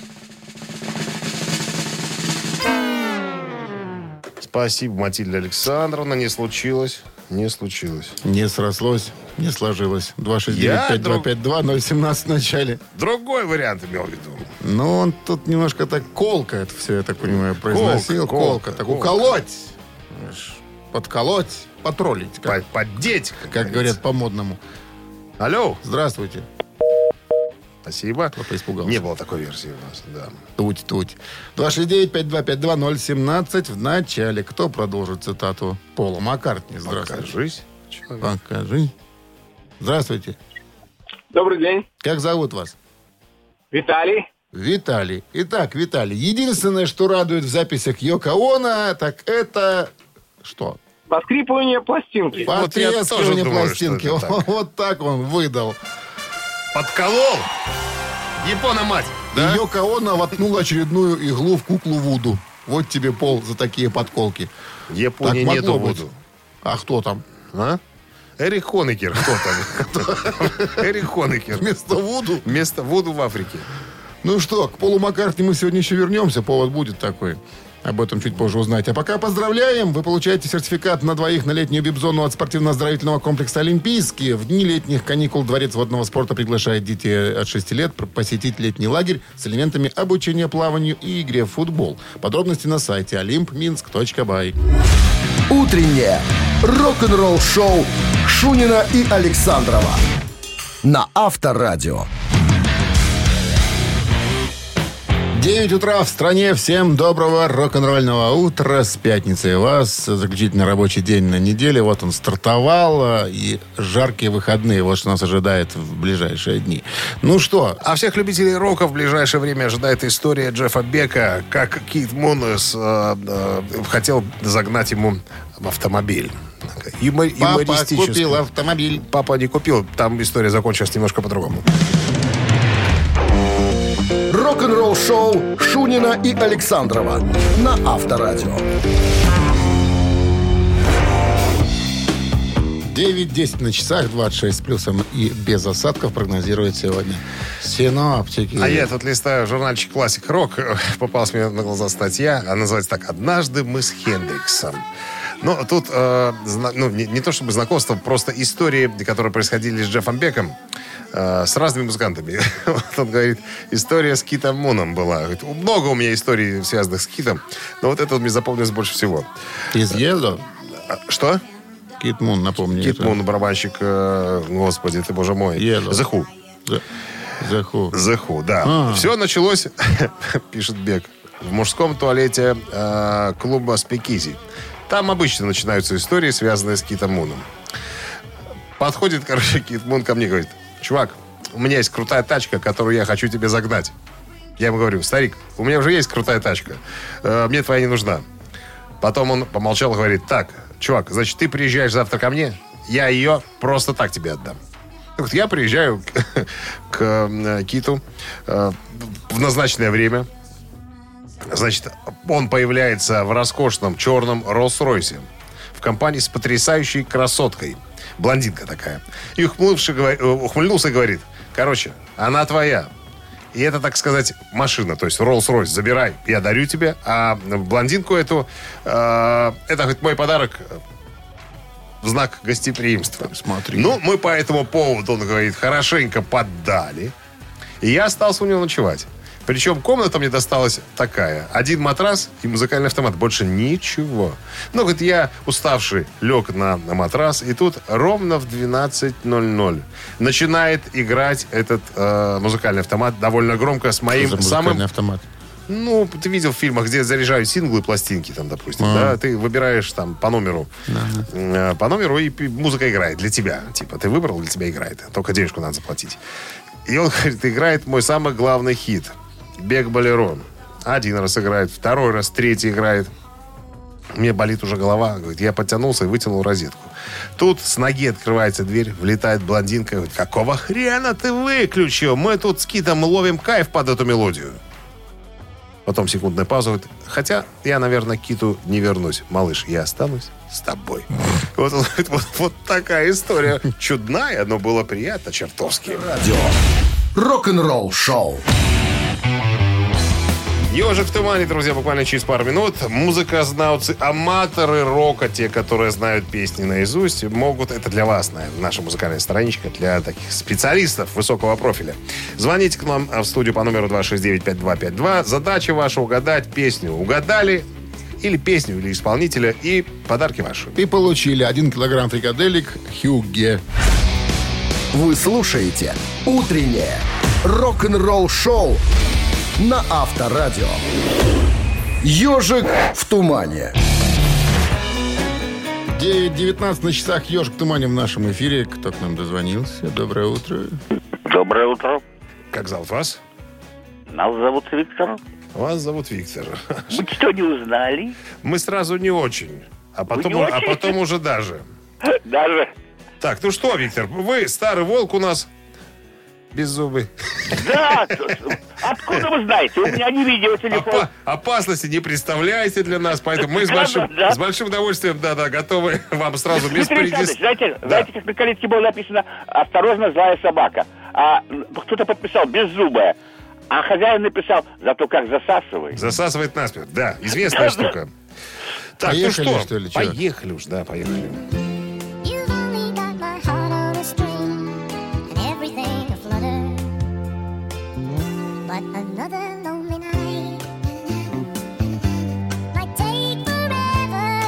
Спасибо, Матильда Александровна. Не случилось. Не случилось. Не срослось, не сложилось. два шесть девять пять два пять два ноль семнадцать в начале. Другой вариант имел в виду. Но он тут немножко так колко это все, я так понимаю, произносил. Колко, Колко. колко, Так колко. уколоть, знаешь, подколоть, потроллить, как, По- Поддеть, как, как говорят по-модному. Алло. Здравствуйте. Спасибо. Кто-то испугался. Не было такой версии у нас, да. Туть, туть. два шесть девять пять два пять два ноль семнадцать в начале. Кто продолжит цитату Пола Маккартни? Здравствуйте. Покажись. человек. Покажи. Здравствуйте. Добрый день. Как зовут вас? Виталий. Виталий. Итак, Виталий, единственное, что радует в записях Йоко Оно, так это... Что? Поскрипывание пластинки. Вот я тоже Потрескивание думаю, пластинки. что это так. Вот так он выдал. Подколол. Япона мать. Да? И Йоко Оно воткнул очередную иглу в куклу Вуду. Вот тебе, Пол, за такие подколки. В Японии Так нету могло быть. Вуду. А кто там? А? Эрик Хонекер. Кто там? Эрик Хонекер. Вместо Вуду? Вместо Вуду в Африке. Ну что, к Полу Маккартни мы сегодня еще вернемся. Повод будет такой. Об этом чуть позже узнаете. А пока поздравляем. Вы получаете сертификат на двоих на летнюю вип-зону от спортивно-оздоровительного комплекса «Олимпийский». В дни летних каникул Дворец водного спорта приглашает детей от шести лет посетить летний лагерь с элементами обучения плаванию и игре в футбол. Подробности на сайте олимп минск точка бай. Утреннее рок-н-ролл-шоу Шунина и Александрова на Авторадио. девять утра в стране. Всем доброго рок-н-ролльного утра. С пятницей вас. Заключительный рабочий день на неделе. Вот он стартовал. И жаркие выходные. Вот что нас ожидает в ближайшие дни. Ну что? А всех любителей рока в ближайшее время ожидает история Джеффа Бека, как Кит Мунес э, э, хотел загнать ему в автомобиль. Юмор, Папа юмористический. купил автомобиль. Папа не купил. Там история закончилась немножко по-другому. Рок-н-ролл-шоу Шунина и Александрова на Авторадио. девять десять на часах, двадцать шесть с плюсом и без осадков прогнозируют сегодня синоптики. А я тут листаю журнальчик «Классик Рок». Попалась мне на глаза статья. Она называется так: «Однажды мы с Хендриксом». Ну, тут э, зна- ну, не, не то чтобы знакомство, просто истории, которые происходили с Джеффом Беком, э, с разными музыкантами. Вот он говорит, история с Китом Муном была. Говорит, много у меня историй, связанных с Китом, но вот это вот мне запомнилось больше всего. Из Yellow? А, Что? Кит Мун, напомню. Кит это. Мун, барабанщик, э, господи, ты, боже мой. Yellow. The Who. The, The Who. The Who, да. А. Все началось, пишет Бек, в мужском туалете э, клуба Спикизи. Там обычно начинаются истории, связанные с Китом Муном. Подходит, короче, Кит Мун ко мне и говорит: чувак, у меня есть крутая тачка, которую я хочу тебе загнать. Я ему говорю: старик, у меня уже есть крутая тачка. Э, мне твоя не нужна. Потом он помолчал и говорит: так, чувак, значит, ты приезжаешь завтра ко мне, я ее просто так тебе отдам. Вот я приезжаю к, к э, Киту э, в назначенное время. Значит, он появляется в роскошном черном Роллс-Ройсе в компании с потрясающей красоткой. Блондинка такая. И ухмыльнулся и говорит: короче, она твоя. И это, так сказать, машина, то есть Роллс-Ройс. Забирай, я дарю тебе. А блондинку эту, э, это хоть мой подарок в знак гостеприимства. Смотри. Ну, мы по этому поводу, он говорит, хорошенько поддали. И я остался у него ночевать. Причем комната мне досталась такая. Один матрас и музыкальный автомат. Больше ничего. Ну, говорит, я уставший лег на, на матрас. И тут ровно в двенадцать ноль ноль начинает играть этот э, музыкальный автомат довольно громко с моим Что за самым... музыкальный автомат? Ну, ты видел в фильмах, где заряжают синглы и пластинки, там, допустим, а. да? Ты выбираешь там по номеру. Uh-huh. Э, по номеру, и музыка играет для тебя. Типа, ты выбрал, для тебя играет. Только денежку надо заплатить. И он, говорит, играет мой самый главный хит. Бег Болеро. Один раз играет, второй раз, третий играет. Мне болит уже голова. Говорит, я подтянулся и вытянул розетку. Тут с ноги открывается дверь, влетает блондинка. Говорит, какого хрена ты выключил? Мы тут с Китом ловим кайф под эту мелодию. Потом секундная пауза. Говорит, хотя я, наверное, к Киту не вернусь. Малыш, я останусь с тобой. Вот, вот, вот, вот такая история. Чудная, но было приятно чертовски. Радио. Рок-н-ролл шоу. «Ежик в тумане», друзья, буквально через пару минут. Музыкознавцы, аматоры рока, те, которые знают песни наизусть, могут, это для вас, наша музыкальная страничка, для таких специалистов высокого профиля. Звоните к нам в студию по номеру два шесть девять пять два пять два. Задача ваша угадать песню. Угадали или песню, или исполнителя, и подарки ваши. И получили один килограмм фрикаделек Хьюгге. Вы слушаете «Утреннее рок-н-ролл-шоу» на Авторадио. «Ежик в тумане». девять девятнадцать на часах. «Ежик в тумане» в нашем эфире. Кто к нам дозвонился? Доброе утро. Доброе утро. Как зовут вас? Нас зовут Виктор. Вас зовут Виктор. Мы что, не узнали? Мы сразу не очень. А потом, не очень? а потом уже даже. Даже. Так, ну что, Виктор, вы старый волк у нас беззубый. Да, откуда вы знаете? У меня не видеотелефон. Опа- опасности не представляете для нас, поэтому мы с большим, Да. с большим удовольствием, да-да, готовы вам сразу без Дмитрий Александрович, предис... знаете, Да. знаете, как на калитке было написано «Осторожно, злая собака». А кто-то подписал «Беззубая». А хозяин написал «Зато как засасывает». Засасывает насмерть, да, известная штука. Так, Поехали, ну что? что ли, чё? Поехали уж, да, поехали. You've only got my heart on a string and everything aflutter. But another lonely night might take forever.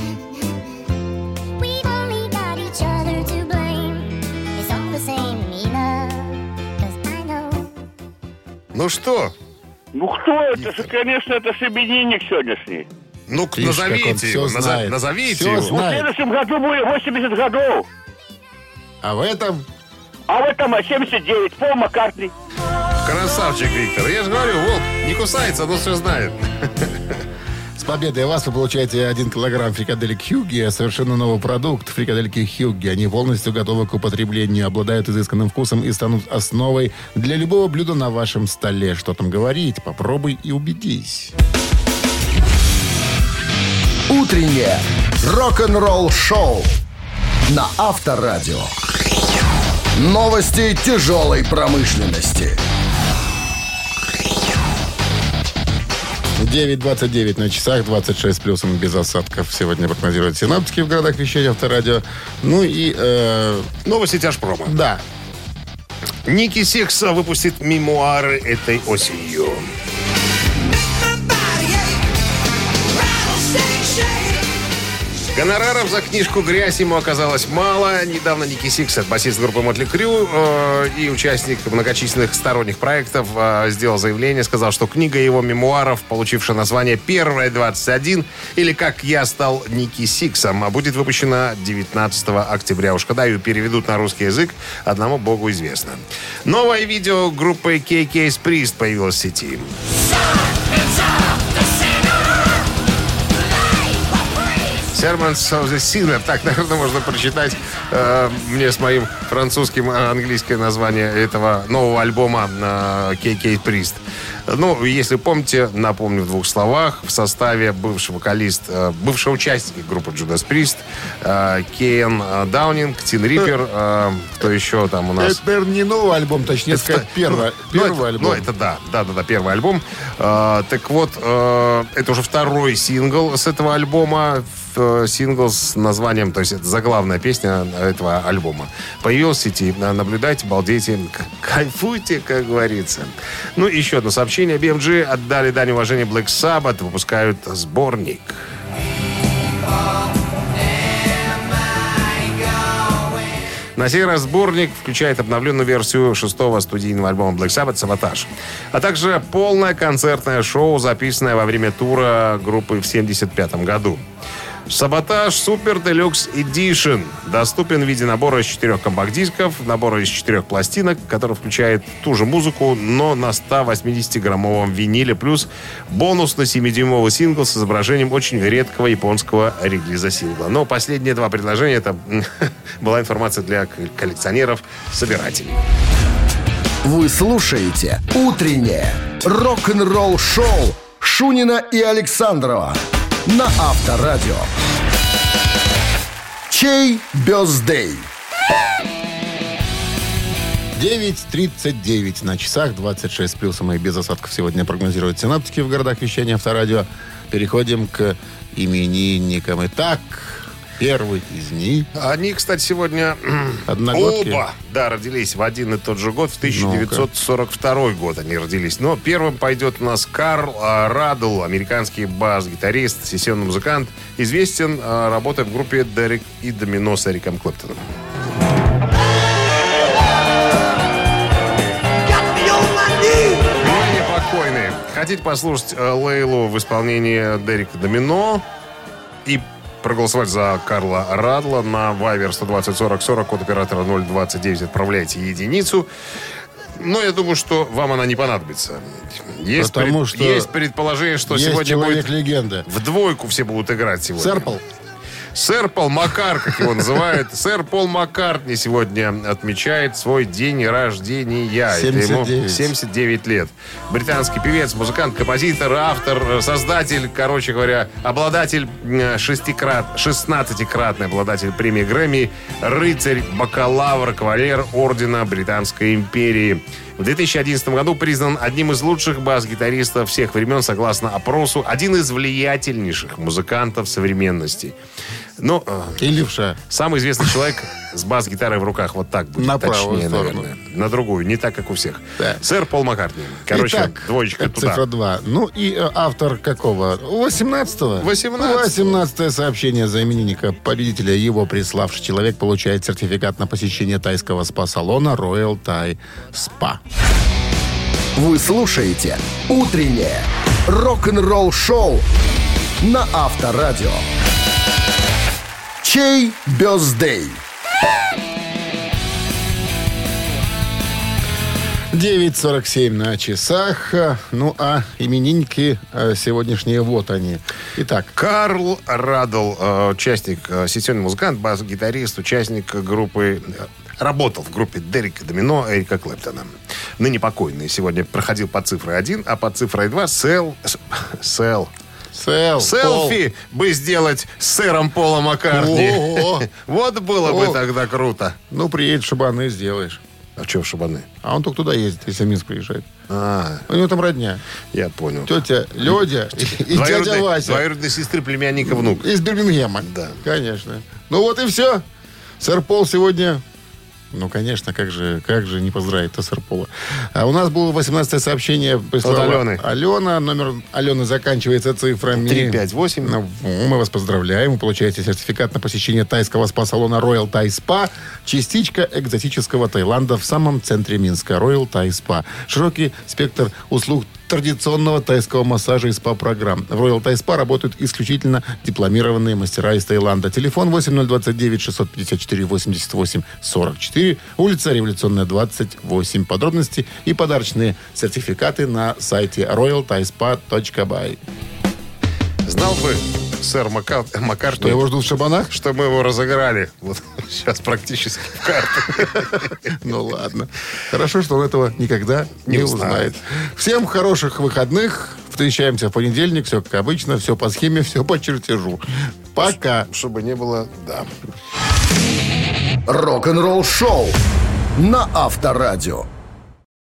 We've only got each other to blame. It's all the same to me, love, 'cause I know. Ну что? Ну кто это? же, Конечно, это ж именинник сегодняшний. Ну, Видишь, как он назовите всё его, наза- знает. назовите Всё его. В знает. следующем году будет восемьдесят годов. А в этом... А в этом семьдесят девять. Пол Маккартни. Красавчик, Виктор. Я же говорю, волк не кусается, но все знает. С победой вас вы получаете один килограмм фрикаделек Хьюгге. Совершенно новый продукт. Фрикадельки Хьюгге. Они полностью готовы к употреблению, обладают изысканным вкусом и станут основой для любого блюда на вашем столе. Что там говорить? Попробуй и убедись. «Утреннее рок-н-ролл-шоу» на Авторадио. Новости тяжелой промышленности. девять двадцать девять на часах, двадцать шесть плюсом без осадков. Сегодня прогнозируют синаптики в городах вещания Авторадио. Ну и... Э, Новости тяжпрома. да. Ники Сикс выпустит мемуары этой осенью. Гонораров за книжку «Грязь» ему оказалось мало. Недавно Ники Сикс, басист группы Мотли Крю э, и участник многочисленных сторонних проектов, э, сделал заявление, сказал, что книга его мемуаров, получившая название «Первая двадцать один» или «Как я стал Ники Сиксом», будет выпущена девятнадцатого октября. Уж когда ее переведут на русский язык, одному богу известно. Новое видео группы кей кей Priest появилось в сети. Sermons of the Sinner. Так, наверное, можно прочитать э, мне с моим французским английское название этого нового альбома э, кей кей Priest. Ну, если помните, напомню в двух словах, в составе бывший вокалист, э, бывший участник группы Judas Priest, э, Кейн Даунинг, Тин Риппер, э, кто еще там у нас? Это, наверное, не новый альбом, точнее это, сказать, первый, ну, первый ну, альбом. Ну, это да, да, да, да, первый альбом. Э, так вот, э, это уже второй сингл с этого альбома. Сингл с названием, то есть это заглавная песня этого альбома. Появилась в сети. Наблюдайте, балдейте, кайфуйте, как говорится. Ну, еще одно сообщение. би эм джи отдали дань уважения Black Sabbath. Выпускают сборник. На сей раз сборник включает обновленную версию шестого студийного альбома Black Sabbath «Саботаж», а также полное концертное шоу, записанное во время тура группы в семьдесят пятом году. «Саботаж Супер Делюкс Эдишн» доступен в виде набора из четырех компакт-дисков, набора из четырех пластинок, который включает ту же музыку, но на сто восьмидесятиграммовом виниле, плюс бонусный семидюймовый сингл с изображением очень редкого японского релиза сингла. Но последние два предложения — это была информация для коллекционеров, собирателей. Вы слушаете «Утреннее рок-н-ролл-шоу» Шунина и Александрова на Авторадио. Чей бёздей? девять тридцать девять на часах, двадцать шесть с плюсом и без осадков сегодня прогнозируют синаптики в городах вещания Авторадио. Переходим к именинникам. Итак, первый из них. Они, кстати, сегодня оба, да, родились в один и тот же год, в тысяча девятьсот сорок второй год они родились. Но первым пойдет у нас Карл Радл, американский бас-гитарист, сессионный музыкант, известен, работая в группе Дерек и Домино с Эриком Клэптоном. Покойный. Хотите послушать Лейлу в исполнении Дерека Домино и проголосовать за Карла Радла на Viber сто двадцать сорок сорок, код оператора ноль двадцать девять, отправляйте единицу. Но я думаю, что вам она не понадобится. Есть, Потому пред... что есть предположение, что есть сегодня будет легенда. В двойку все будут играть сегодня. Сэр Пол. Сэр Пол Маккар, как его называют. Сэр Пол Маккартни сегодня отмечает свой день рождения. семьдесят девять. Это ему семьдесят девять лет. Британский певец, музыкант, композитор, автор, создатель, короче говоря, обладатель шестикрат, шестнадцатикратный обладатель премии Грэмми, рыцарь, бакалавр, кавалер ордена Британской империи. В две тысячи одиннадцатом году признан одним из лучших бас-гитаристов всех времен, согласно опросу, один из влиятельнейших музыкантов современности. Ну, и левша. Самый известный человек с бас-гитарой в руках. Вот так будет. На точнее, правую сторону. наверное. На другую. Не так, как у всех. Да. Сэр Пол Маккартни. Короче, Итак, двоечка туда. Цифра два. Ну и э, автор какого? восемнадцатого? восемнадцатого. восемнадцатое сообщение за именинника победителя. Его приславший человек получает сертификат на посещение тайского спа-салона Royal Thai Spa. Вы слушаете «Утреннее рок-н-ролл-шоу» на Авторадио. Чей бёздей? девять сорок семь на часах. Ну, а именинники сегодняшние, вот они. Итак. Карл Радл, участник, сессионный музыкант, бас-гитарист, участник группы... Работал в группе Дерека Домино, Эрика Клэптона. Ныне покойный. Сегодня проходил под цифрой один, а под цифрой два сел... Сел... Сел, Селфи Пол. бы сделать с сэром Полом Маккартни. О-о-о. Вот было О. бы тогда круто. Ну, приедешь в Шабаны, сделаешь. А что в Шабаны? А он только туда ездит, если в Минск приезжает. А, У него там родня. я понял. Тетя Лёдя и, и дядя Вася. Двоюродной сестры, племянника, внук. Из Бирмингема. Да. Конечно. Ну вот и все. Сэр Пол сегодня Ну, конечно, как же, как же не поздравить-то Сарпола. А у нас было восемнадцатое сообщение. Прислала От Алены. Алена. Номер Алены заканчивается цифрами три пять восемь. Ну, мы вас поздравляем. Вы получаете сертификат на посещение тайского спа-салона Royal Thai Spa. Частичка экзотического Таиланда в самом центре Минска. Royal Thai Spa. Широкий спектр услуг традиционного тайского массажа и спа-программ. В Royal Thai Spa работают исключительно дипломированные мастера из Таиланда. Телефон восемь ноль два девять шесть пять четыре восемьдесят восемь сорок четыре. Улица Революционная, двадцать восемь. Подробности и подарочные сертификаты на сайте роял тай спа точка бай. Знал бы сэр Макар, Макар Что его ждут в шабанах? что мы его разыграли. Вот сейчас практически в карту. Ну ладно. Хорошо, что он этого никогда не, Не узнает. узнает. Всем хороших выходных. Встречаемся в понедельник. Все как обычно. Все по схеме, все по чертежу. Пока. Чтобы не было, да. Рок-н-ролл шоу на Авторадио.